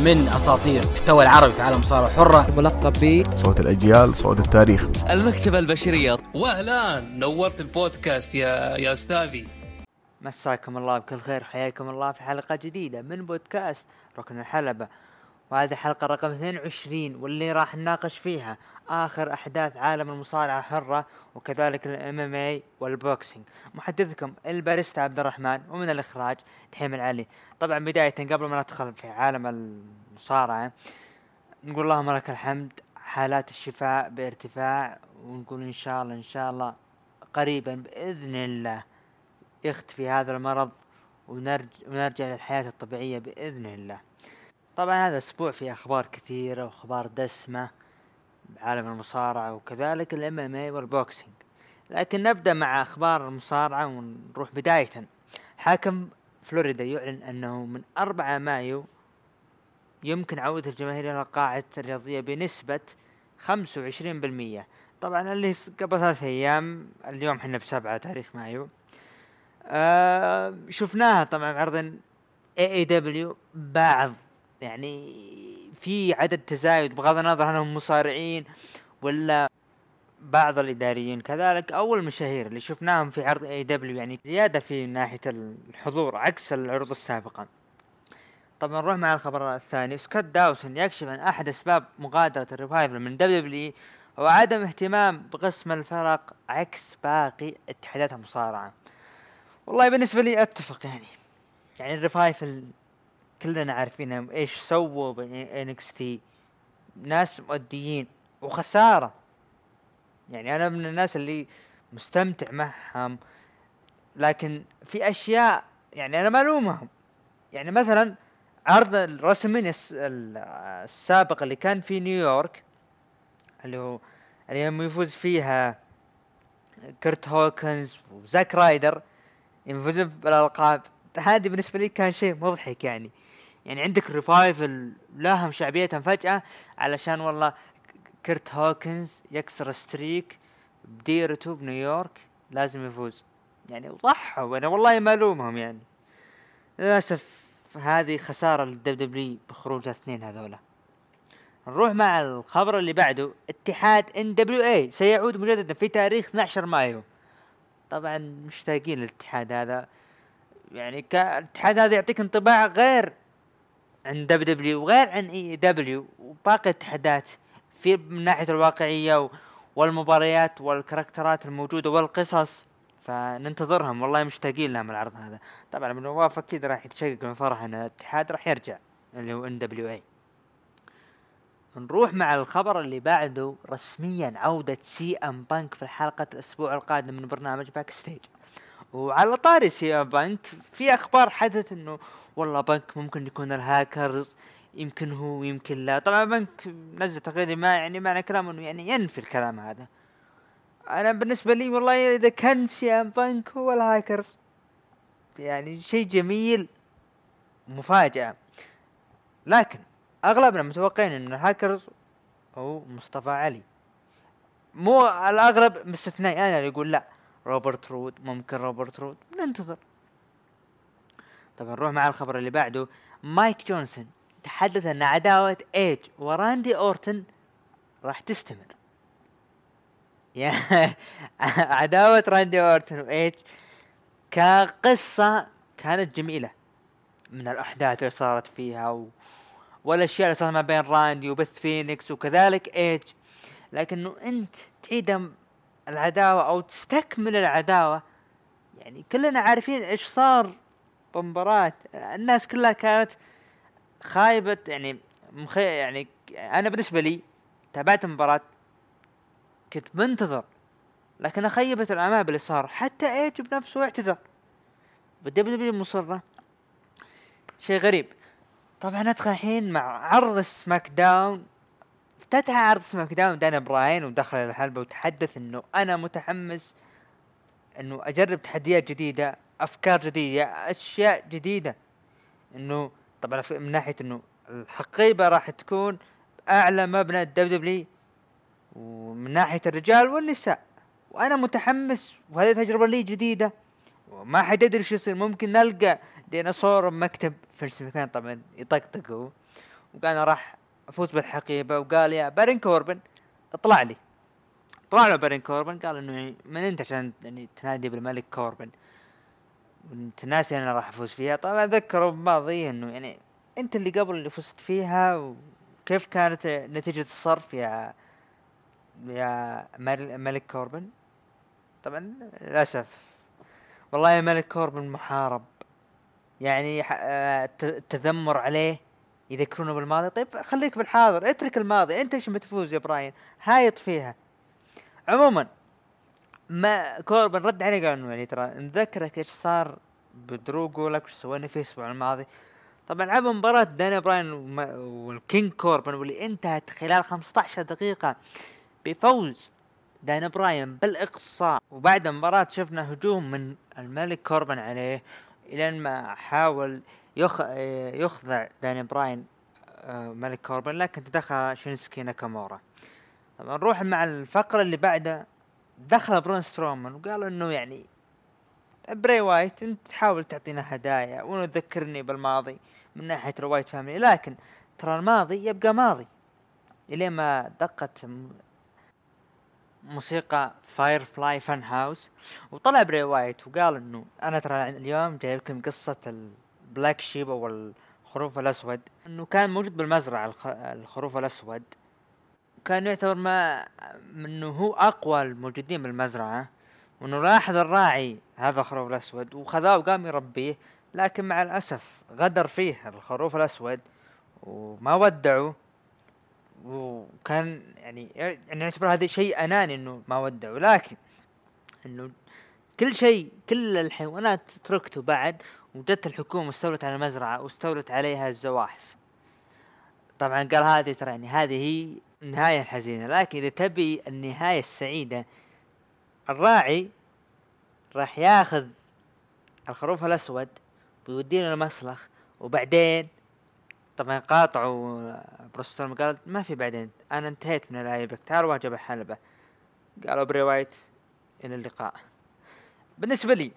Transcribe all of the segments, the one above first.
من أساطير المحتوى العربي في عالم المصارعة الحرة، ملقب ب صوت الأجيال، صوت التاريخ، المكتبة البشرية. وأهلا، نورت البودكاست يا أستاذي. مساكم الله بكل خير، حياكم الله في حلقة جديدة من بودكاست ركن الحلبة. وهذه حلقة رقم 22 واللي راح نناقش فيها آخر أحداث عالم المصارعة الحرة وكذلك MMA والبوكسينج. محدثكم الباريستا عبد الرحمن، ومن الإخراج تحيم العلي. طبعا بداية قبل ما ندخل في عالم المصارعة نقول اللهم لك الحمد، حالات الشفاء بارتفاع، ونقول إن شاء الله قريبا بإذن الله يختفي هذا المرض ونرجع للحياة الطبيعية بإذن الله. طبعا هذا أسبوع فيه أخبار كثيرة وأخبار دسمة بعالم المصارعة وكذلك ال MMA والبوكسينج، لكن نبدأ مع أخبار المصارعة ونروح بداية. حاكم فلوريدا يعلن أنه من 4 مايو يمكن عودة الجماهير إلى القاعة الرياضية بنسبة 25%. طبعا اللي قبل 3 أيام، اليوم حنا ب7 تاريخ مايو. شفناها طبعا عرض AEW، بعض يعني في عدد تزايد بغض النظر عنهم مصارعين ولا بعض الإداريين، كذلك أول المشاهير اللي شفناهم في عرض AEW، يعني زيادة في ناحية الحضور عكس العروض السابقة. طبعا نروح مع الخبر الثاني. سكوت داوسون يكشف عن أحد أسباب مغادرة الريفايفل من WWE هو عدم اهتمام بقسم الفرق عكس باقي اتحادات المصارعة. والله بالنسبة لي أتفق، يعني الريفايفل كلنا عارفين ايش سووا NXT، ناس مؤديين وخسارة. يعني انا من الناس اللي مستمتع معهم، لكن في اشياء يعني انا ما الومهم. يعني مثلا عرض الرسمين السابق اللي كان في نيويورك، اللي هو اللي يفوز فيها كرت هوكنز وزاك رايدر يفوزون بالألقاب، هذه بالنسبة لي كان شيء مضحك. يعني عندك ريفايفل لهم شعبيتهم فجأة علشان والله كرت هوكنز يكسر ستريك بديرته بنيويورك لازم يفوز، يعني وضحوا. وانا والله ما الومهم، يعني للاسف هذه خسارة للدبليو بخروج 2 هذولا. نروح مع الخبر اللي بعده. اتحاد NWA سيعود مجددا في تاريخ 12 مايو. طبعا مشتاقين للاتحاد هذا، يعني كالاتحاد هذا يعطيك انطباع غير عن WWE وغير عن AEW وباقي الاتحادات في من ناحية الواقعية والمباريات والكاركترات الموجودة والقصص، فننتظرهم والله مشتاقين لهم العرض هذا. طبعا من نواف أكيد راح يتشقق من فرح أن الاتحاد راح يرجع اللي هو NWA. نروح مع الخبر اللي بعده. رسميا عودة CM بانك في حلقة الأسبوع القادم من برنامج باك ستيج. وعلى طاري CM بانك، في أخبار حدث أنه والله بانك ممكن يكون الهاكرز، يمكن هو يمكن لا. طبعا بانك نزل تقريبا ما يعني معنى كلامه انه يعني ينفي الكلام هذا. انا بالنسبه لي والله اذا كان CM بانك هو الهاكرز يعني شيء جميل مفاجأة، لكن اغلبنا متوقعين ان الهاكرز هو مصطفى علي. مو الاغلب باستثناء انا اللي يقول لا روبرت رود، ممكن روبرت رود، ننتظر. طبعا نروح مع الخبر اللي بعده. مايك جونسون تحدث ان عداوة ايج وراندي اورتن راح تستمر. يعني عداوة راندي اورتن وايج كقصة كانت جميلة من الاحداث اللي صارت فيها والاشياء اللي صارت ما بين راندي وبث فينيكس وكذلك ايج، لكنه انت تعيد العداوة او تستكمل العداوة. يعني كلنا عارفين ايش صار بمباراة، الناس كلها كانت خايبة. يعني يعني انا بالنسبة لي تابعت المباراة كنت منتظر، لكن خيبت الامال باللي صار. حتى ايج بنفسه اعتذر، والدبليو مصرة، شيء غريب. طبعا ندخل الحين مع عرض سماك داون. افتتح عرض سماك داون دانا براين ودخل الحلبة وتحدث انه انا متحمس انه اجرب تحديات جديدة، افكار جديدة، اشياء جديدة. انه طبعا من ناحية انه الحقيبة راح تكون اعلى مبنى الدبليو، ومن ناحية الرجال والنساء، وانا متحمس وهذه تجربة لي جديدة وما حد يدري شو يصير. ممكن نلقى ديناصور مكتب في المكان طبعا يطقطقوا، وقال أنا راح أفوز بالحقيبة، وقال يا بارين كوربن اطلع لي. طلع له بارين كوربن قال إنه يعني من أنت عشان يعني تنادي بالملك كوربن وأنت ناسي أنا راح أفوز فيها؟ طبعا ذكروا بماضي إنه يعني أنت اللي قبل اللي فزت فيها، وكيف كانت نتيجة الصرف يا ملك كوربن. طبعا للأسف والله يا ملك كوربن محارب، يعني التذمر عليه يذكرونه بالماضي. طيب خليك بالحاضر، اترك الماضي، انت ايش بتفوز يا براين؟ هايط فيها. عموما ما كوربن رد عليه قال انه يعني ترى نذكرك ايش صار بدروغو لك وش سوينا فيه الاسبوع الماضي. طبعا لعب مباراة داني براين والكينج كوربن واللي انتهت خلال 15 دقيقة بفوز داني براين بالاقصاء. وبعد المباراة شفنا هجوم من الملك كوربن عليه الى ما حاول يخضع داني براين ملك كوربن، لكن تدخل شينسكي ناكامورا. طبعا نروح مع الفقرة اللي بعدها. دخل برون سترومان وقال انه يعني بري وايت انت تحاول تعطينا هدايا ونذكرني بالماضي من ناحية الوايت فاميلي، لكن ترى الماضي يبقى ماضي. الين ما دقت موسيقى فاير فلاي فان هاوس وطلع بري وايت وقال انه انا ترى اليوم جايب لكم قصة البلاك شيب او الخروف الاسود، انه كان موجود بالمزرعة الخروف الاسود، كان يعتبر ما انه هو اقوى الموجودين بالمزرعة، وانه لاحظ الراعي هذا الخروف الاسود وخذاه وقام يربيه، لكن مع الاسف غدر فيه الخروف الاسود وما ودعه. وكان يعني يعتبر هذا شيء اناني انه ما ودعه، لكن انه كل شيء كل الحيوانات تركته بعد، وجدت الحكومة استولت على المزرعة واستولت عليها الزواحف. طبعا قال هذه ترى يعني هذه هي النهاية الحزينة، لكن إذا تبي النهاية السعيدة الراعي راح ياخذ الخروف الأسود ويودينا المسلخ، وبعدين طبعا قاطعوا بروستون قال ما في بعدين، أنا انتهيت من العيبك، تعال واجب الحلبة. قالوا بري وايت إلى اللقاء. بالنسبة لي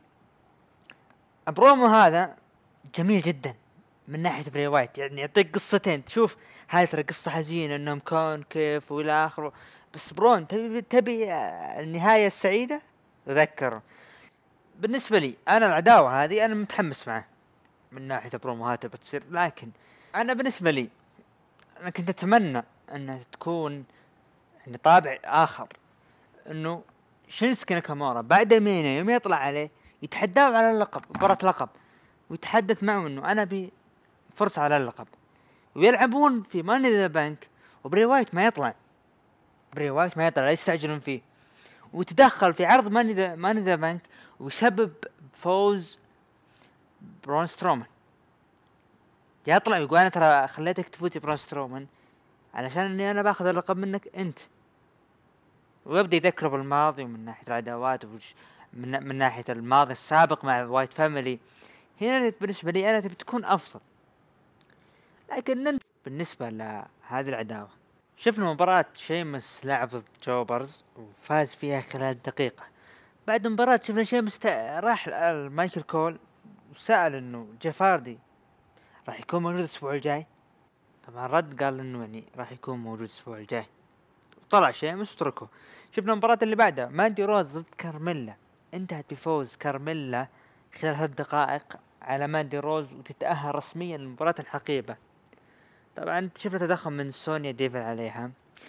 البرومو هذا جميل جدا من ناحية بري وايت، يعني يعطيك قصتين تشوف هاي ترى قصة حزينة انهم كون كيف والى اخره، بس برون تبي النهاية السعيدة تذكر. بالنسبة لي انا العداوة هذه انا متحمس معه من ناحية بروموهات بتصير، لكن انا بالنسبة لي انا كنت اتمنى انها تكون يعني طابع اخر، انه شينسكي ناكامورا بعد مينا يوم يطلع عليه يتحداه على اللقب مباراة لقب، ويتحدث معه انه انا بي فرصة على اللقب، ويلعبون في ماني ذا بانك وبري وايت ما يطلع، بري وايت ما يطلع لا يستعجلون فيه، وتدخل في عرض ماني ذا بانك ويسبب فوز برون سترومان. يطلع يقول انا ترى خليتك تفوت برون سترومان علشان اني انا باخذ اللقب منك انت، ويبدا يذكره بالماضي ومن ناحية العداوات من ناحية الماضي السابق مع وايت فاميلي. هنا بالنسبة لي انا تبي تكون افضل، لكن بالنسبة لهذه العداوة شفنا مباراة شيمس لعب ضد جوبرز وفاز فيها خلال دقيقة. بعد مباراة شفنا شيمس راح مايكل كول وسأل انه جيفاردي راح يكون موجود الاسبوع الجاي. طبعا رد قال انه يعني راح يكون موجود الاسبوع الجاي، وطلع شيمس وتركه. شفنا المباراة اللي بعدها ماندي روز ضد كارميلا، انتهت بفوز كارميلا خلال 3 دقائق على ماندي روز وتتأهل رسميا لمباراة الحقيبة. طبعا شفنا تدخل من سونيا ديفل عليها،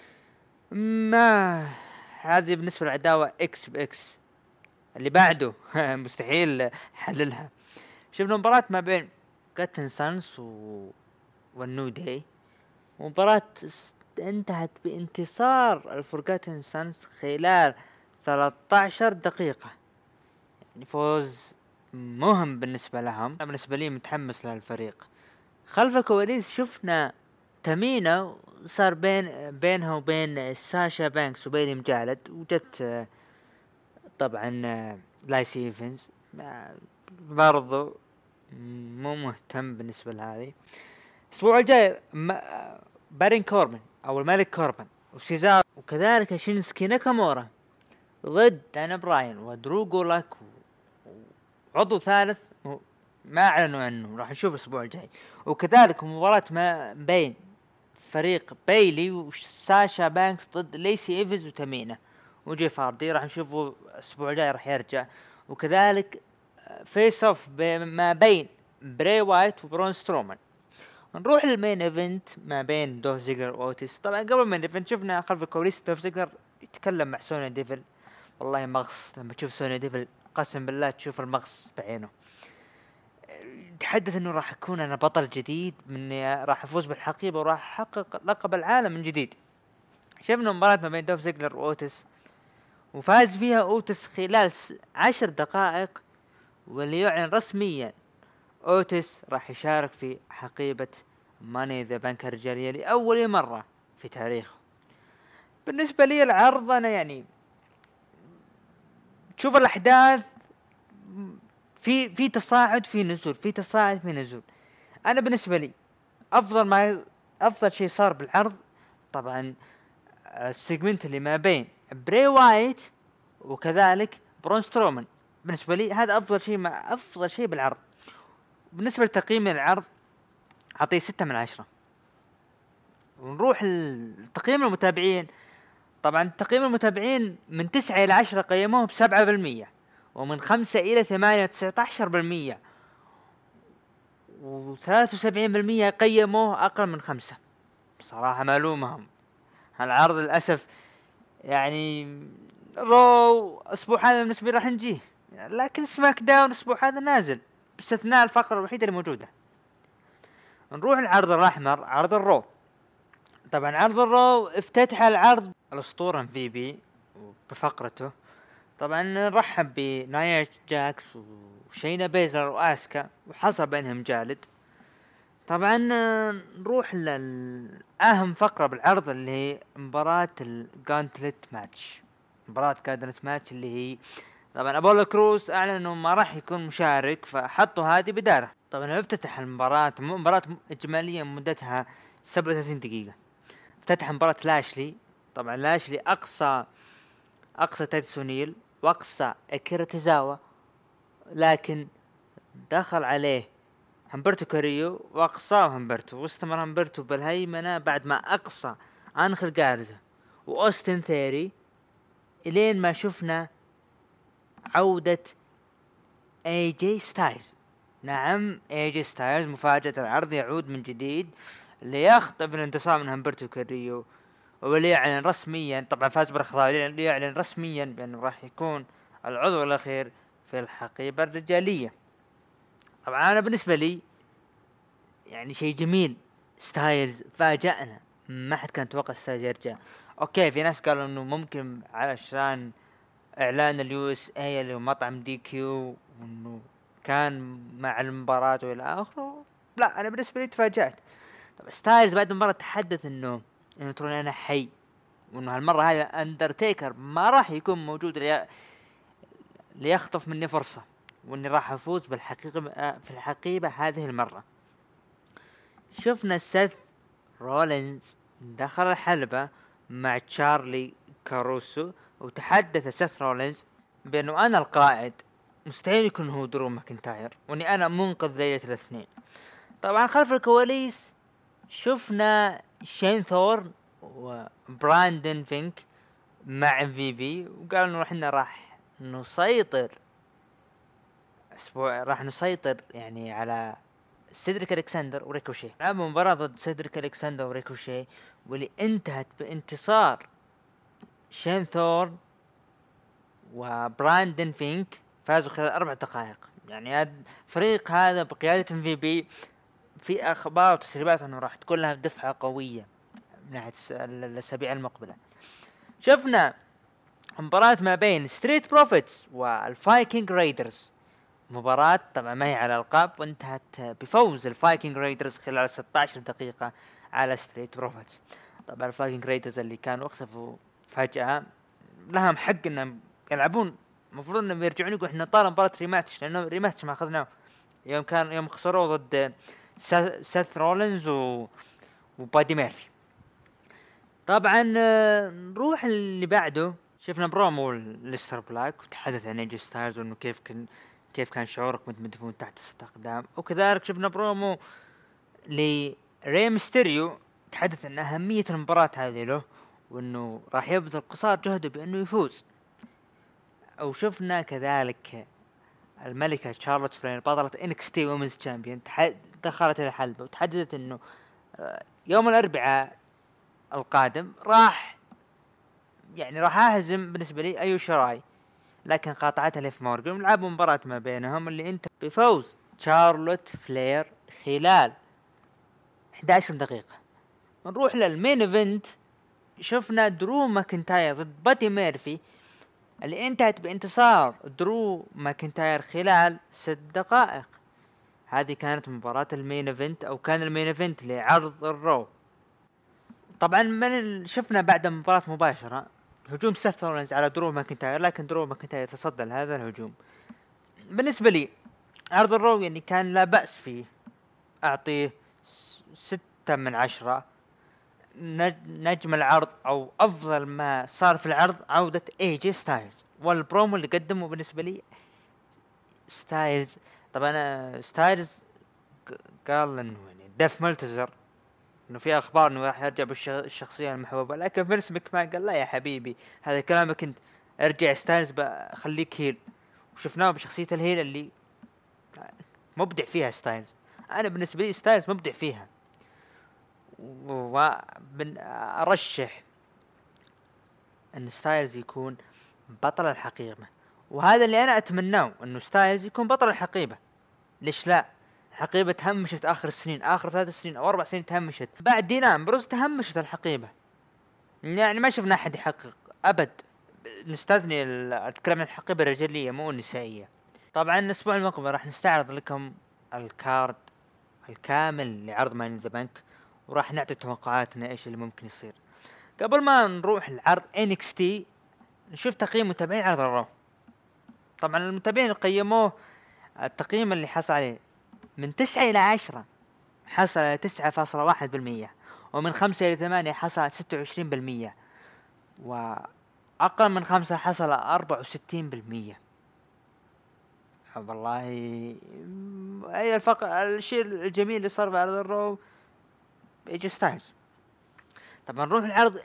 ما هذه بالنسبة للعداوة اكس باكس. اللي بعده مستحيل حللها. شفنا مباراة ما بين كاتن سانس والنو داي، مباراة انتهت بانتصار الفورغاتن سانس خلال 13 دقيقة، يعني فوز مهم بالنسبة لهم. بالنسبة لي متحمس للفريق. خلف الكواليس شفنا تمينة صار بينها وبين ساشا بانكس وبيلي مجالد، وجت طبعا لايسي ايفنز برضو مو مهتم بالنسبة لهذه. الاسبوع الجاي بارين كوربن او الملك كوربن وسيزار وكذلك شينسكي ناكامورا ضد دانا براين ودروغو لاك وعضو ثالث ما اعلنوا عنه، راح نشوف الاسبوع الجاي. وكذلك مباراة ما بين فريق بايلي وساشا بانكس ضد ليسي ايفز وتامينا وجيف هاردي، راح نشوفه الاسبوع الجاي راح يرجع. وكذلك فيس اوف ما بين بري وايت وبرون سترومان. نروح للمين ايفنت ما بين دوف زيجلر واوتيس. طبعا قبل المين ايفنت شفنا خلف الكواليس دوف زيجلر يتكلم مع سوني ديفل. والله مغص لما تشوف سوني ديفل، قسم بالله تشوف المغص بعينه. تحدث انه راح اكون انا بطل جديد، مني راح افوز بالحقيبه وراح احقق لقب العالم من جديد. شفنا مباراة ما بين دوف زيجلر واوتيس وفاز فيها اوتيس خلال 10 دقائق، واللي يعلن رسميا اوتيس راح يشارك في حقيبة ماني ذا بانك الرجالية لأول مرة في تاريخه. بالنسبة لي العرض أنا يعني تشوف الأحداث في تصاعد في نزول، في تصاعد في نزول. أنا بالنسبة لي أفضل شيء صار بالعرض طبعا السيجمنت اللي ما بين بري وايت وكذلك برون سترومان. بالنسبة لي هذا أفضل شيء بالعرض. بالنسبة لتقييم العرض أعطيه 6/10. ونروح لتقييم المتابعين. طبعا تقييم المتابعين من 9 إلى 10 قيموه ب7%، ومن 5 إلى 8 19%، و73% قيموه أقل من 5. بصراحة مالومهم هالعرض للأسف. يعني رو أسبوع هذا بالنسبة لي راح نجيه، لكن سماك داون أسبوع هذا نازل باستثناء الفقرة الوحيدة اللي موجودة. نروح العرض الأحمر، عرض الرو. طبعا عرض الرو افتتح العرض الأسطورة في بي بفقرته. طبعا نرحب بنايا جاكس وشينا بيزر واسكا وحصل بينهم جالد. طبعا نروح لأهم فقرة بالعرض اللي هي مباراة الجانتلت ماتش. مباراة جانتلت ماتش اللي هي طبعا أبولو كروس أعلن أنه ما راح يكون مشارك، فحطوا هذه بداره. طبعا افتتح مباراة إجمالية مدتها 37 دقيقة. افتتح مباراة لاشلي. طبعا لاشلي أقصى تيد سونيل وأقصى أكيرا تيزاوا، لكن دخل عليه همبرتو كاريو وأقصاه همبرتو، واستمر همبرتو بالهيمنة بعد ما أقصى أنخل جارزا وأوستن ثيري، إلين ما شفنا عودة اي جي ستايلز. نعم اي جي ستايلز مفاجأة العرض يعود من جديد ليخطف الانتصار من همبرتو كاريو، واللي يعلن رسميا طبعا فاز بالخضار، اللي يعلن رسميا بأنه راح يكون العضو الأخير في الحقيبة الرجالية. طبعا أنا بالنسبة لي يعني شيء جميل، ستايلز فاجأنا، ما حد كان يتوقع ستايلز يرجع. اوكي في ناس قالوا انه ممكن علشان اعلان اليو اس اي اللي هو مطعم دي كيو وانه كان مع المباراة والى اخره. لا انا بالنسبة لي تفاجأت. طب ستايلز بعد المباراة تحدث انه ترون انا حي، وانه هالمرة هذا اندرتيكر ما راح يكون موجود ليخطف مني فرصة، واني راح افوز في الحقيبة هذه المرة. شفنا سيث رولينز دخل الحلبة مع تشارلي كاروسو، وتحدث سيث رولينز بأنه أنا القائد، مستحيل يكون هو درو ماكنتاير، وأني أنا منقذ ليلة الاثنين. طبعا خلف الكواليس شفنا شين ثورن وبراندن فينك مع ام في بي، وقالوا انه احنا راح نسيطر يعني على سيدريك ألكسندر وريكوشي. لعبوا مباراة ضد سيدريك ألكسندر وريكوشي، واللي انتهت بانتصار شين ثورن وبراندن فينك، فازوا خلال 4 دقائق. يعني فريق هذا بقيادة ام في بي في اخبار وتسريبات انه راح تكون لها دفعة قوية من ناحية الاسابيع المقبلة. شفنا مباراة ما بين ستريت بروفيتس والفايكنج رايدرز. مباراة طبعا ما هي على القاب، وانتهت بفوز الفايكنج رايدرز خلال 16 دقيقة على ستريت بروفيتس. طبعا الفايكنج رايدرز اللي كانوا اختفوا فجأة لهم حق انهم يلعبون، المفروض انهم يرجعون يقولوا احنا طالب مباراة ريماتش، لانه ريماتش ما اخذناه يوم خسروا ضد سيث رولينز وبادي ميرفي. طبعا نروح اللي بعده. شفنا برومو ليستر بلاك وتحدث عن ايجي ستايلز وانه كيف كان شعورك وانت مدفون تحت 6 أقدام. وكذلك شفنا برومو لري ميستيريو تحدث عن أهمية المباراة هذه له، وأنه راح يبذل قصارى جهده بأنه يفوز. أو شفنا كذلك الملكة شارلوت فلير بطلة NXT Women's Champion دخلت الحلبة وتحددت أنه يوم الأربعاء القادم راح أهزم بالنسبة لي أيو شراي، لكن قاطعتها ليف مورغان ولعبوا مباراة ما بينهم اللي انت بفوز شارلوت فلير خلال 11 دقيقة. نروح للمين ايفنت، شفنا درو ماكنتاير ضد بادي ميرفي اللي انتهت بانتصار درو ماكنتاير خلال 6 دقائق. هذه كانت مباراة المين ايفنت، او كان المين ايفنت لعرض الرو. طبعا شفنا بعد المباراة مباشرة هجوم سيث رولينز على درو ماكنتاير، لكن درو ماكنتاير تصدى لهذا الهجوم. بالنسبة لي عرض الرو يعني كان لا بأس فيه، أعطيه 6/10. نجم العرض أو أفضل ما صار في العرض عودة AJ ستايلز، والبرومو اللي قدمه بالنسبة لي ستايلز. طبعا ستايلز قال إنه يعني ديف ملتزر إنه في أخبار إنه راح يرجع بالشخصية المحبوبة، لكن فينس ماكمان قال لا يا حبيبي هذا كلامك أنت، ارجع ستايلز خليك هيل. وشفناه بشخصية الهيل اللي مبدع فيها ستايلز. أنا بالنسبة لي ستايلز مبدع فيها، وأرشح أن ستايلز يكون بطل الحقيبة، وهذا اللي أنا أتمناه أنه ستايلز يكون بطل الحقيبة. ليش لا؟ الحقيبة تهمشت آخر السنين، آخر 3 سنين أو 4 سنين تهمشت. بعد دين أمبروز تهمشت الحقيبة، يعني ما شفنا أحد يحقق أبد، نستثني أتكلم عن الحقيبة الرجالية مو النسائية. طبعا الأسبوع المقبل راح نستعرض لكم الكارد الكامل لعرض ماني ذا بانك، وراح نعطي توقعاتنا ايش اللي ممكن يصير. قبل ما نروح لعرض NXT نشوف تقييم متابعين عرض الرو. طبعا المتابعين قيموه، التقييم اللي حصل عليه من 9 إلى 10 حصل على 9.1%، ومن 5 إلى 8 حصل على 26%، وأقل من 5 حصل على 64%. والله أي الشيء الجميل اللي صار بعرض الرو AJ ستايلز. طبعا نروح العرض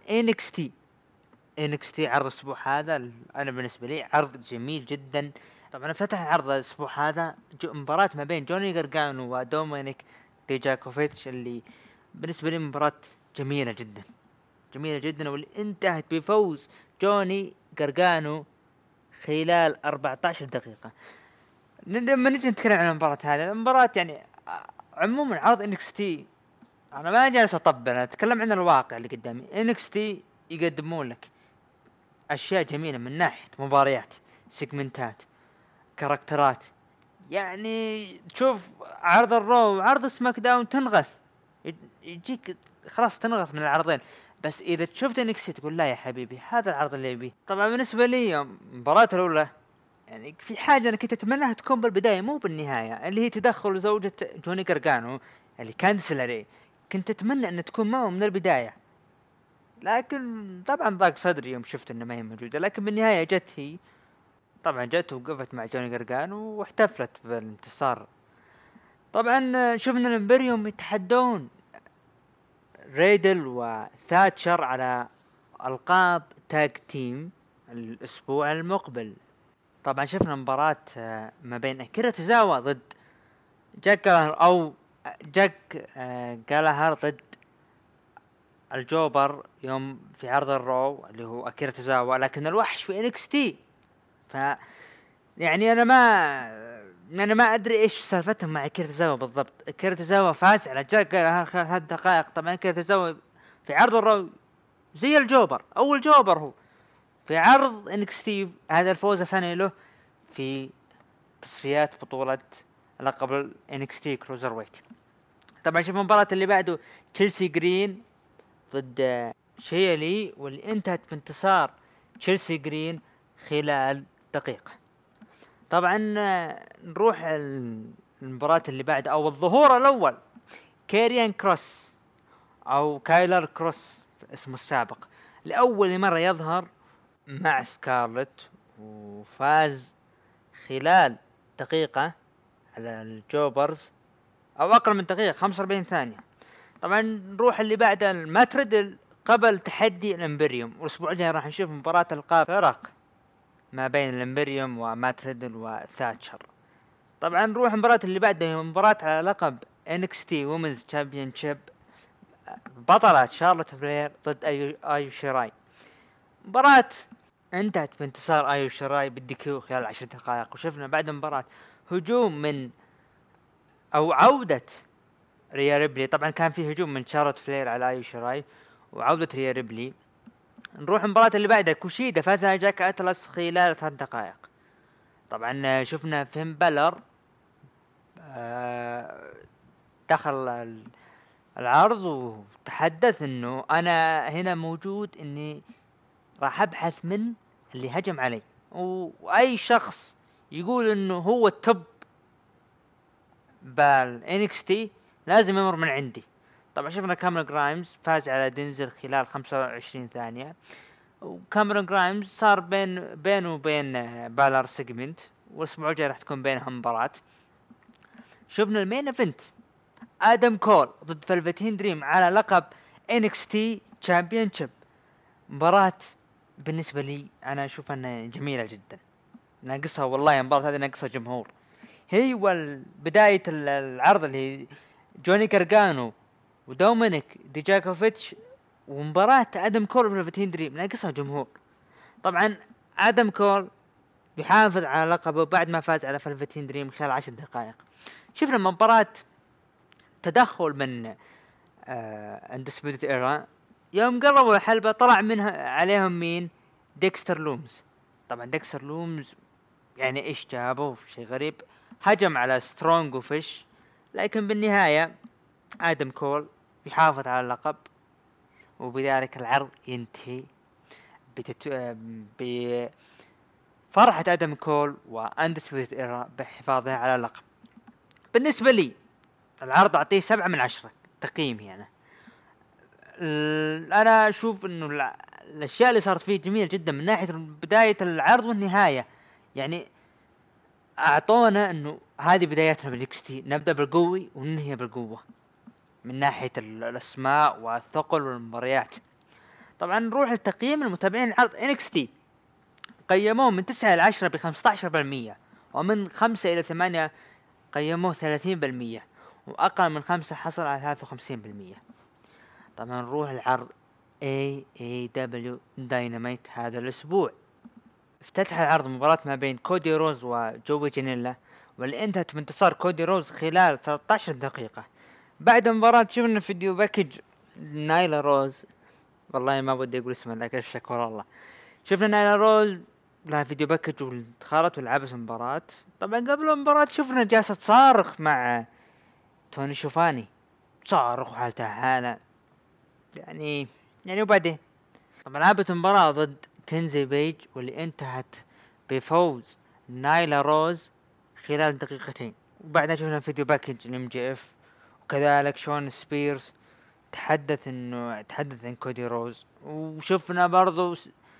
NXT عرض الأسبوع هذا أنا بالنسبة لي عرض جميل جدا. طبعا افتتح العرض الأسبوع هذا مباراة ما بين جوني غارغانو ودومينيك ديجاكوفيتش، اللي بالنسبة لي مباراة جميلة جدا جميلة جدا، واللي انتهت بفوز جوني غارغانو خلال 14 دقيقة. لما نجي نتكلم عن المباراة هذه، المباراة يعني عموما عرض NXT انا ما جالس اطبل، انا اتكلم عن الواقع اللي قدامي. NXT يقدمون لك اشياء جميله من ناحيه مباريات، سيجمنتات، كاركترات. يعني تشوف عرض الرو وعرض سماك داون تنغث، يجيك خلاص تنغث من العرضين. بس اذا شفت NXT تقول لا يا حبيبي هذا العرض اللي يبي. طبعا بالنسبه لي المباراه الاولى يعني في حاجه انا كنت اتمناها تكون بالبدايه مو بالنهايه، اللي هي تدخل زوجة جوني غارغانو اللي كانسل عليه. كنت اتمنى ان تكون معه من البدايه، لكن طبعا ضاق صدري يوم شفت انه ما هي موجوده. لكن بالنهايه جت هي، طبعا جت وقفت مع جوني غارغانو واحتفلت بالانتصار. طبعا شفنا الامبريوم يتحدون ريدل وثاتشر على القاب تاج تيم الاسبوع المقبل. طبعا شفنا مباراة ما بين أكيرا توزاوا ضد جاك جالاهر ضد الجوبر يوم في عرض الرو اللي هو أكيرا توزاوا، لكن الوحش في NXT. يعني أنا ما أدري إيش سالفتهم مع أكيرا توزاوا بالضبط. أكيرا توزاوا فاز على جاك جالاهر خلال 3 دقائق. طبعا أكيرا توزاوا في عرض الرو زي الجوبر، أول جوبر هو في عرض NXT. هذا الفوز الثاني له في تصفيات بطولة لقب NXT كروزر ويت. طبعا شوف المباراة اللي بعده تشيلسي جرين ضد شيلي، واللي انتهت بانتصار تشيلسي جرين خلال دقيقة. طبعا نروح المباراة اللي بعد او الظهور الاول، كاريان كروس او كايلر كروس اسمه السابق، لأول مرة يظهر مع سكارلت، وفاز خلال دقيقة على الجوبرز، او اقل من دقيقة 45 ثانية. طبعا نروح اللي بعده مات ريدل قبل تحدي الامبريوم، والاسبوع الجاي راح نشوف مباراة القاب فرق ما بين الامبريوم ومات ريدل وثاتشر. طبعا نروح مباراة اللي بعدها، مباراة على لقب NXT Women's Championship، بطلة شارلوت فلير ضد ايو شيراي. مباراة انتهت بانتصار ايو شيراي بالديكيو خلال 10 دقائق. وشفنا بعد المباراة هجوم من او عودة ريا ريبلي. طبعا كان في هجوم من شارلوت فلير على ايو شيراي وعودة ريا ريبلي. نروح المباراة اللي بعدها، كوشيدا فاز على جاك اتلس خلال 3 دقائق. طبعا شفنا فين بالر دخل العرض وتحدث انه انا هنا موجود، اني راح ابحث من اللي هجم علي، واي شخص يقول انه هو التوب بال NXT لازم يمر من عندي. طبعا شفنا كاميرون جرايمز فاز على دينزل خلال 25 ثانية، وكاميرون جرايمز صار بينه وبين بالر سيجمنت، والاسبوع الجاي راح تكون بينهم مباراة. شفنا المين ايفنت ادم كول ضد فلفتين دريم على لقب NXT Championship. مباراة بالنسبة لي انا اشوف انها جميلة جدا، ناقصها والله المباراة هذه ناقصها جمهور. هي والبداية العرض اللي جوني كارغانو ودومينيك ديجاكوفيتش، ومباراة ادم كول وفلفتين دريم ناقصها جمهور. طبعا ادم كول يحافظ على لقبه بعد ما فاز على فلفتين دريم خلال 10 دقائق. شفنا مباراة تدخل من اندسبيوتد ايرا، يوم قربوا الحلبة طلع منها عليهم مين؟ ديكستر لومز. طبعا ديكستر لومز يعني ايش جابه؟ شيء غريب، هجم على سترونج وفيش، لكن بالنهاية ادم كول يحافظ على اللقب، وبذلك العرض ينتهي بفرحة ادم كول واندسبيوتد ايرا بحفاظه على اللقب. بالنسبة لي العرض اعطيه 7 من 10 تقييمي انا اشوف انه الاشياء اللي صارت فيه جميل جدا من ناحية بداية العرض والنهاية. يعني اعطونا انه هذه بدايتنا بالإكستي، نبدأ بالقوي وننهي بالقوة من ناحية الاسماء والثقل والمباريات. طبعا نروح لتقييم المتابعين العرض NXT، قيموه من 9 إلى 10 ب15%، ومن 5 إلى 8 قيموه 30%، وأقل من 5 حصل على 53%. طبعا نروح العرض AEW Dynamite هذا الأسبوع. افتتح العرض مباراة ما بين كودي روز وجوي جينيلا، واللي انتهت بانتصار كودي روز خلال 13 دقيقة. بعد المباراة شفنا فيديو باكج نايلا روز، والله ما بدي اقول اسمها لكن الشكر الله. شفنا نايلا روز لها فيديو باكج ودخلت ولعبت المباراة. طبعا قبل المباراة شفنا جالسة تصارخ مع توني شوفاني، صارخ وحالتها حالة يعني وبعدين طبعا لعبت مباراة ضد كنزي بيج، واللي انتهت بفوز نايلا روز خلال دقيقتين. وبعدها شفنا فيديو باكج MJF، وكذلك شون سبيرز تحدث عن كودي روز. وشفنا برضو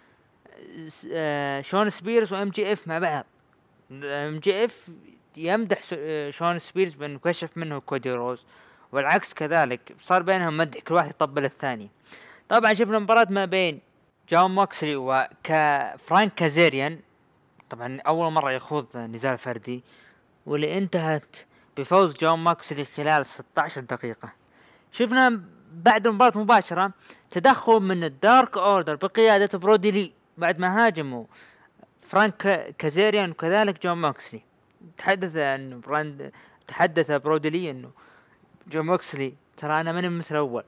شون سبيرز وMJF مع بعض. MJF يمدح شون سبيرز بأنه كشف منه كودي روز، والعكس كذلك صار بينهم مدح، كل واحد يطبل الثاني. طبعا شفنا مباراة ما بين جون موكسلي وفرانك كازيريان، طبعا أول مرة يخوض نزال فردي، واللي انتهت بفوز جون موكسلي خلال 16 دقيقة. شفنا بعد المباراة مباشرة تدخل من الدارك اوردر بقيادة برودي لي بعد ما هاجموا فرانك كازيريان وكذلك جون موكسلي. تحدث برودي لي انه جون موكسلي ترى انا من المثل الاول،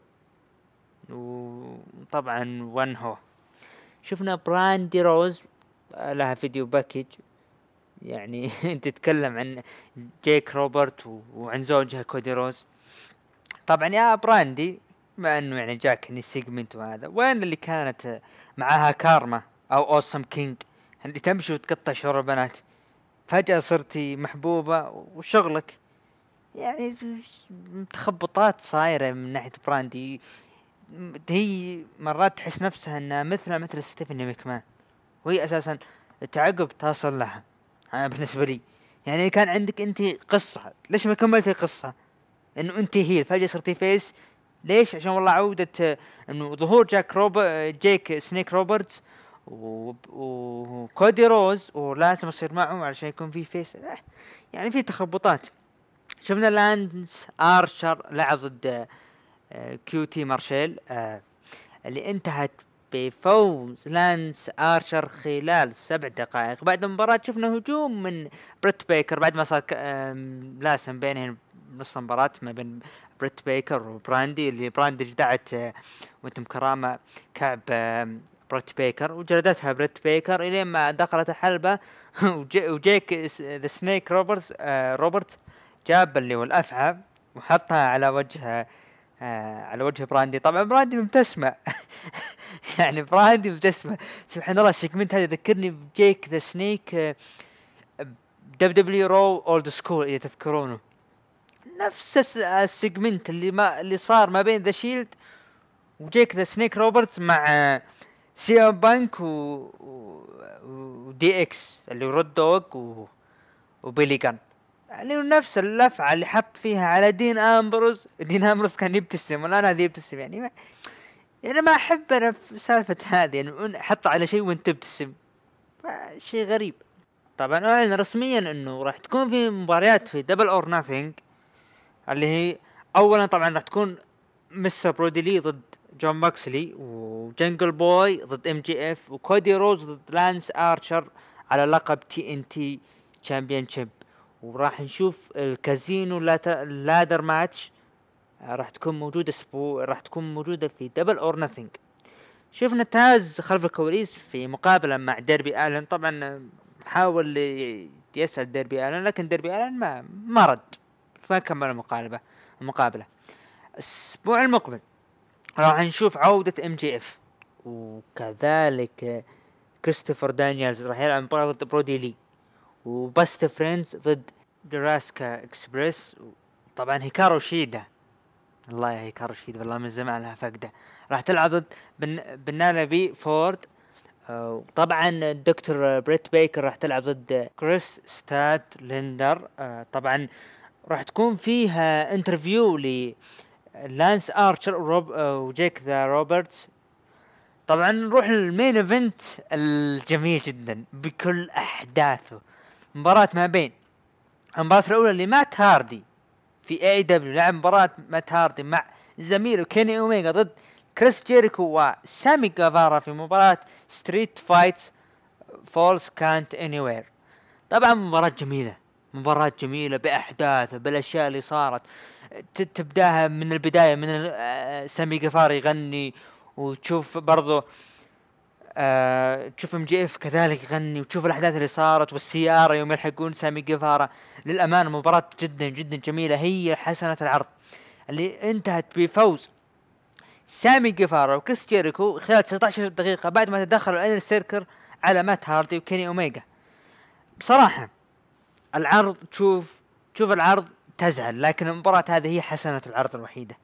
وطبعا هو شفنا براندي روز لها فيديو باكج يعني تتكلم عن جيك روبرت وعن زوجها كودي روز. طبعا يا براندي، ما انه يعني جاك السيجمنت وهذا، وين اللي كانت معها كارما او اوسم كينج اللي تمشي وتقطع شعور البنات؟ فجأة صرتي محبوبة وشغلك يعني تخبطات صايرة من ناحية براندي. هي مرات تحس نفسها انها مثل ستيفاني ميكمان، وهي اساسا تعقب تصل لها. انا بالنسبة لي يعني كان عندك انت قصة، ليش ما كملتي القصة؟ انه انت هي فجأة صرتي فيس ليش؟ عشان والله عودة انه ظهور جيك سنيك روبرتس وكودي روز، ولازم يصير معهم علشان يكون في فيس. يعني في تخبطات. شفنا لانس ارشر لعب ضد كيوتي مارشيل اللي انتهت بفوز لانس ارشر خلال 7 دقائق. بعد المباراة شفنا هجوم من بريت بيكر بعد ما صار لاسم بينهم نص مباراة ما بين بريت بيكر وبراندي، اللي براندي جدعت وانتم كرامة كعب بريت بيكر وجلدتها بريت بيكر الين ما دخلت الحلبة وجيك ذا سنيك روبرت جاب اللي هو الافعى وحطها على وجه على وجه براندي. طبعا براندي مبتسمة يعني براندي مبتسمة. سبحان الله السيجمنت هذا يذكرني بجيك ذا سنيك دبليو رو اولد سكول اذا تذكرونه، نفس السيجمنت اللي صار ما بين ذا شيلد وجيك ذا سنيك روبرتس مع سي ام بانك ودي اكس اللي رود دوغ وبيلي جان. يعني نفس اللفعة اللي حط فيها على دين امبروز كان يبتسم والان هذا يبتسم. يعني ما احب انا في سالفة هذه يعني حط على شيء وانت تبتسم، شيء غريب. طبعا اعلن رسميا انه راح تكون في مباريات في دبل اور ناثينج، اللي هي اولا طبعا راح تكون مستر بروديلي ضد جون ماكسلي، وجنجل بوي ضد ام جي اف، وكودي روز ضد لانس ارشر على لقب تي ان تي تشامبيونشيب. وراح نشوف الكازينو لادر ماتش راح تكون موجودة راح تكون موجودة في دبل اور ناثينج. شفنا تاز خلف الكواليس في مقابلة مع ديربي آلن. طبعا حاول يسأل ديربي آلن لكن ديربي آلن ما رد، ما كمل المقابلة. الأسبوع المقبل راح نشوف عودة ام جي اف، وكذلك كريستوفر دانييلز راح يلعب مباراة ضد برودي لي، وباست فريندز ضد جراسكا اكسبريس. طبعا هيكارو شيدا، الله يا هيكارو شيدا والله من زمان لها فقده، راح تلعب ضد بنالبي فورد. طبعا الدكتور بريت بيكر راح تلعب ضد كريس ستاد ليندر. طبعا راح تكون فيها انترفيو للانس ارشر وجيك ذا روبرتس. طبعا نروح للمين ايفنت الجميل جدا بكل احداثه، مباراة ما بين المباراة الاولى اللي مات هاردي في اي دبليو، لعب مباراة مات هاردي مع زميله كيني اوميجا ضد كريس جيريكو وسامي جافارا في مباراة ستريت فايت فولز كانت انيوير. طبعا مباراة جميلة بأحداث بالأشياء اللي صارت. تبداها من البداية من سامي جافارا يغني، وتشوف برضو تشوف ام جي اف كذلك يغني، وتشوف الأحداث اللي صارت والسيارة يوم يلحقون سامي جافارا. للأمانة مباراة جدا جدا جميلة، هي حسنة العرض اللي انتهت بفوز سامي جافارا وكريس جيريكو خلال 19 دقيقة بعد ما تدخلوا الانر سيركل على مات هاردي وكيني اوميجا. بصراحة العرض تشوف العرض تزعل، لكن المباراة هذه هي حسنة العرض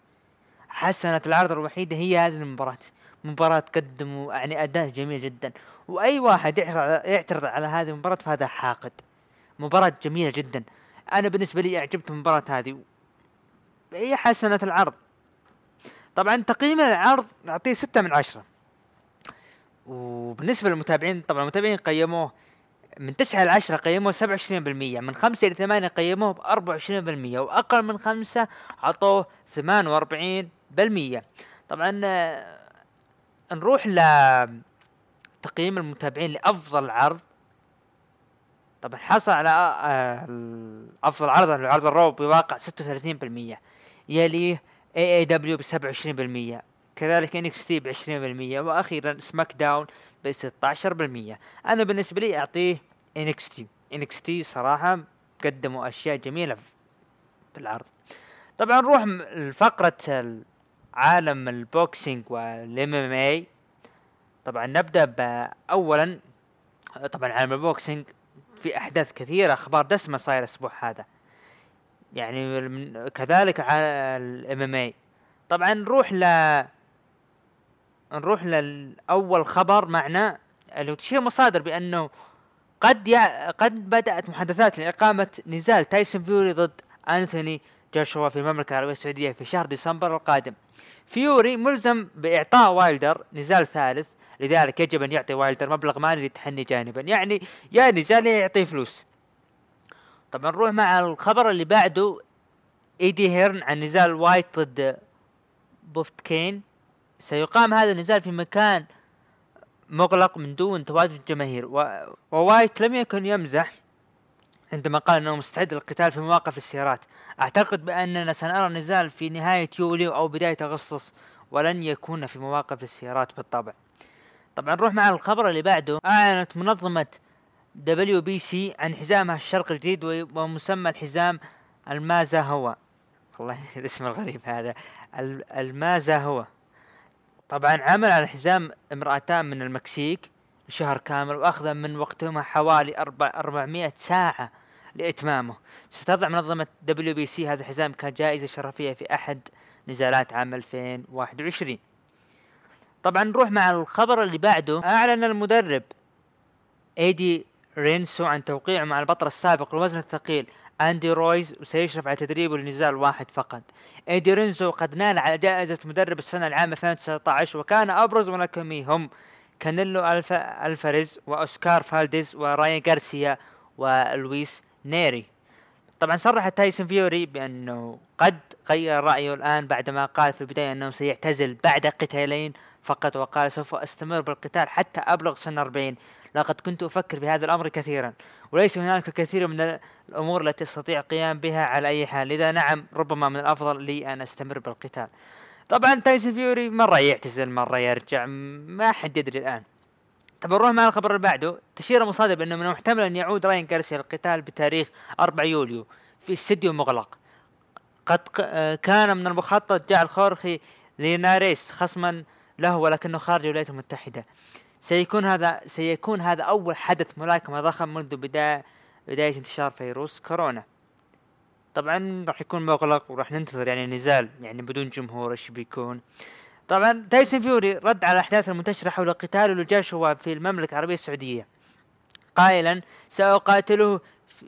الوحيدة هي هذه المباراة. مباراة قدموا يعني أداء جميل جدا، وأي واحد يعترض على هذه المباراة فهذا حاقد. مباراة جميلة جدا، أنا بالنسبة لي أعجبت المباراة هذه، هي حسنة العرض. طبعا تقييم العرض نعطيه 6/10. وبالنسبة للمتابعين طبعا المتابعين قيموه من 9 ل10 قيموه 27%، من 5 ل8 قيموه 24%، وأقل من 5 عطوه 48%. طبعا نروح لتقييم المتابعين لأفضل عرض. طبعا حصل على أفضل عرض الرو بواقع 36%، يليه AAW ب27%، كذلك NXT ب20%، وأخيرا سماك داون ب16%. أنا بالنسبة لي أعطيه NXT صراحة قدموا أشياء جميلة في العرض. طبعا نروح لفقرة عالم البوكسينج والام ام اي. طبعا نبدأ أولا طبعا عالم البوكسينج في أحداث كثيرة، أخبار دسمة صاير الأسبوع هذا، يعني كذلك على الام ام اي. طبعا نروح لأول خبر معنا اللي تشير مصادر بأنه قد بدأت محادثات لإقامة نزال تايسون فيوري ضد أنثوني جوشوا في المملكة العربية السعودية في شهر ديسمبر القادم. فيوري ملزم بإعطاء وايلدر نزال ثالث، لذلك يجب أن يعطي وايلدر مبلغ مالي للتحني جانبا، يعني يا نزال يعطيه فلوس. طبعا نروح مع الخبر اللي بعده، ايدي هيرن عن نزال وايت ضد بوفتكين. سيقام هذا النزال في مكان مغلق من دون تواجد الجماهير، ووايت لم يكن يمزح عندما قال انه مستعد للقتال في مواقف السيارات. اعتقد باننا سنرى النزال في نهاية يوليو او بداية اغسطس، ولن يكون في مواقف السيارات بالطبع. طبعا نروح مع الخبر اللي بعده. اعلنت منظمة WBC عن حزامها الشرق الجديد ومسمى الحزام المازا هو. والله الاسم الغريب هذا، المازا هو. طبعا عمل على الحزام امرأتان من المكسيك شهر كامل، واخذ من وقتهما حوالي 400 ساعة لإتمامه. ستضع منظمة WBC هذا الحزام كجائزة شرفية في أحد نزالات عام 2021. طبعا نروح مع الخبر اللي بعده. أعلن المدرب ايدي رينسو عن توقيعه مع البطل السابق للوزن الثقيل أندي رويز، وسيشرف على تدريبه لنزال واحد فقط. ايدي رينسو قد نال على جائزة مدرب السنة العام 2019، وكان أبرز ملاكميه هم كانيلو ألفاريز وأوسكار فالديز وراين غارسيا ولويس نيري. طبعا صرح تايسون فيوري بأنه قد غير رأيه الآن بعدما قال في البداية أنه سيعتزل بعد قتالين فقط، وقال سوف أستمر بالقتال حتى أبلغ سن 40. لقد كنت أفكر بهذا الأمر كثيرا، وليس هناك الكثير من الأمور التي أستطيع القيام بها على أي حال، لذا نعم ربما من الأفضل لي أن أستمر بالقتال. طبعا تايسون فيوري مرة يعتزل مرة يرجع، ما حد يدري الآن. طبعا نروح مع الخبر اللي بعده. تشير مصادر بأنه من المحتمل أن يعود راين غارسيا للقتال بتاريخ 4 يوليو في استديو مغلق. قد كان من المخطط جعل خورخي ليناريس خصما له، ولكنه خارج الولايات المتحدة. سيكون هذا أول حدث ملاكمة ضخم منذ بداية انتشار فيروس كورونا. طبعا راح يكون مغلق، وراح ننتظر يعني نزال يعني بدون جمهور ايش بيكون. طبعا تايسون فيوري رد على الأحداث المنتشرة حول قتاله لجاشوا في المملكة العربية السعودية قائلا سأقاتله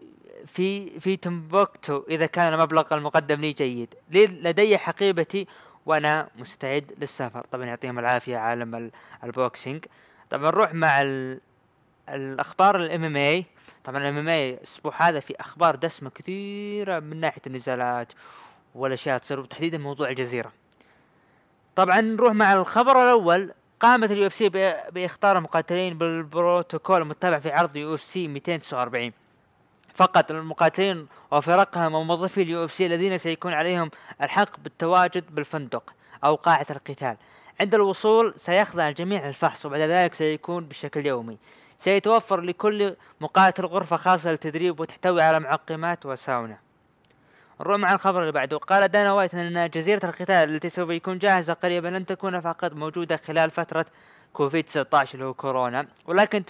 في تمبوكتو إذا كان المبلغ المقدم لي جيد، لدي حقيبتي وأنا مستعد للسفر. طبعا يعطيهم العافية عالم البوكسينج. طبعا نروح مع الأخبار MMA. طبعا MMA الأسبوع هذا في أخبار دسمة كثيرة من ناحية النزالات والأشياء تصير، وتحديدا موضوع الجزيرة. طبعا نروح مع الخبر الأول. قامت UFC باختار مقاتلين بالبروتوكول المتبع في عرض UFC 249 فقط المقاتلين وفرقهم وموظفي UFC الذين سيكون عليهم الحق بالتواجد بالفندق أو قاعة القتال. عند الوصول سيخضع الجميع للفحص، وبعد ذلك سيكون بشكل يومي. سيتوفر لكل مقاتل غرفة خاصة للتدريب وتحتوي على معقمات وساونا. نروح مع الخبر اللي بعده. قال دانا وايت أن جزيرة القتال التي سوف يكون جاهزة قريبا لن تكون فقط موجودة خلال فترة كوفيد-19 اللي هو كورونا، ولكن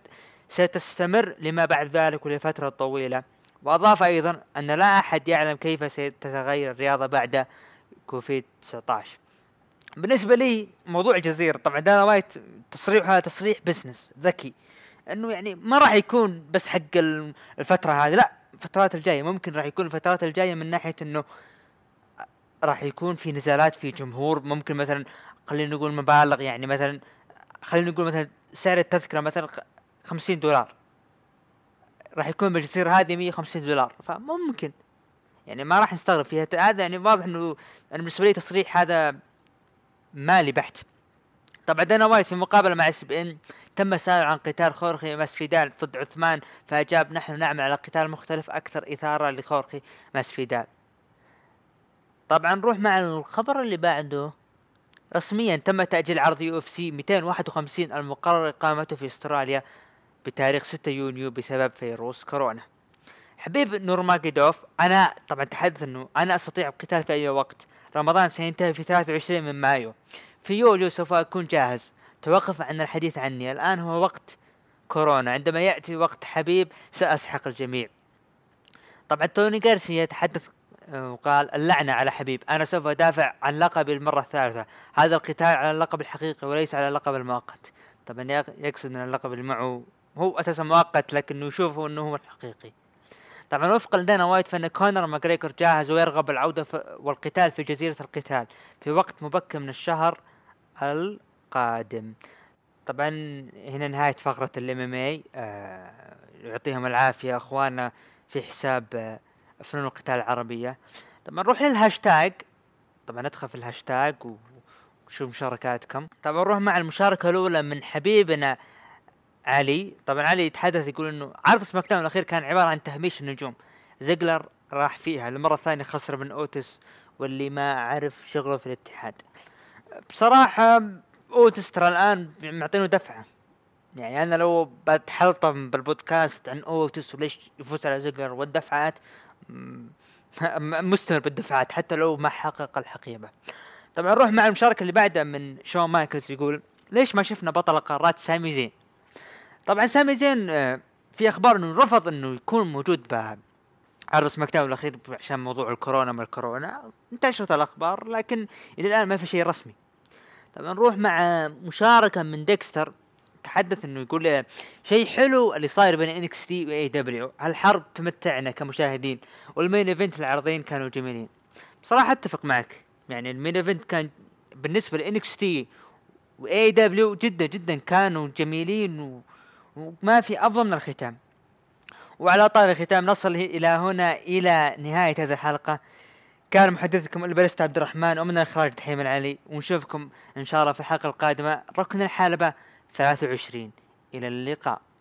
ستستمر لما بعد ذلك ولفترة طويلة. وأضاف أيضا أن لا أحد يعلم كيف ستتغير الرياضة بعد كوفيد-19. بالنسبة لي موضوع الجزيرة، طبعا دانا وايت تصريحها تصريح بزنس ذكي، أنه يعني ما راح يكون بس حق الفترة هذه، لا الفترات الجاية ممكن راح يكون الفترات الجاية من ناحية أنه راح يكون في نزالات في جمهور. ممكن مثلا خلينا نقول مبالغ، يعني مثلا خلينا نقول مثلا سعر التذكرة مثلا $50 راح يكون بالجزيرة هذه $150، فممكن يعني ما راح نستغرب فيها. هذا يعني واضح انه انا بالنسبة لي تصريح هذا مالي بحت. طبعا دانا وايت في مقابلة مع SBN تم سؤال عن قتال خورخي ماسفيدال ضد عثمان، فأجاب نحن نعمل على قتال مختلف أكثر إثارة لخورخي ماسفيدال. طبعا نروح مع الخبر اللي بعده. رسميا تم تأجيل عرض UFC 251 المقرر إقامته في استراليا بتاريخ 6 يونيو بسبب فيروس كورونا. حبيب نورماغيدوف، أنا طبعا تحدث أنه أنا أستطيع القتال في أي وقت. رمضان سينتهي في 23 من مايو، في يوليو سوف أكون جاهز. توقف عن الحديث عني، الآن هو وقت كورونا، عندما يأتي وقت حبيب سأسحق الجميع. طبعا توني غارسيا يتحدث وقال اللعنة على حبيب، أنا سوف أدافع عن لقبي المرة الثالثة. هذا القتال على اللقب الحقيقي وليس على اللقب المؤقت. طبعا يقصد أن اللقب اللي معه هو أساسا مؤقت، لكنه يشوفه أنه هو الحقيقي. طبعا وفقا لدانا وايت فان كونر ماجريجور جاهز ويرغب العودة والقتال في جزيرة القتال في وقت مبكر من الشهر القادم. طبعا هنا نهاية فقرة الMMA. يعطيهم العافية اخواننا في حساب فنون القتال العربية. طبعا نروح للهاشتاج. طبعا ندخل في الهاشتاج وشوف مشاركاتكم. طبعا نروح مع المشاركة الأولى من حبيبنا علي. طبعا علي يتحدث يقول انه عرض سماك داون الاخير كان عبارة عن تهميش النجوم. زيجلر راح فيها المرة الثانية خسر من اوتس واللي ما عرف شغله في الاتحاد. بصراحة اوتس ترى الان معطينه دفعة. يعني انا لو بتحلطم بالبودكاست عن اوتس وليش يفوز على زيجلر والدفعات مستمر بالدفعات حتى لو ما حقق الحقيبة. طبعا نروح مع المشاركة اللي بعدها من شون مايكلز يقول ليش ما شفنا بطل قارات سامي زين. طبعا سامي زين في اخبار انه رفض انه يكون موجود بعرض سماك داون الاخير عشان موضوع الكورونا ما الكورونا. انتشرت الاخبار لكن الى الان ما في شيء رسمي. طبعا نروح مع مشاركة من ديكستر تحدث انه يقول شيء حلو اللي صاير بين NXT و AEW. هالحرب تمتعنا كمشاهدين والمين ايفنت العرضين كانوا جميلين. بصراحة اتفق معك. يعني المين ايفنت كان بالنسبة ل NXT و AEW جدا جدا كانوا جميلين وما في افضل من الختام. وعلى طار الختام نصل الى هنا الى نهاية هذه الحلقة. كان محدثكم البرست عبد الرحمن ومن الاخراج دحيم العلي ونشوفكم ان شاء الله في الحلقة القادمة ركن الحلبة 23. الى اللقاء.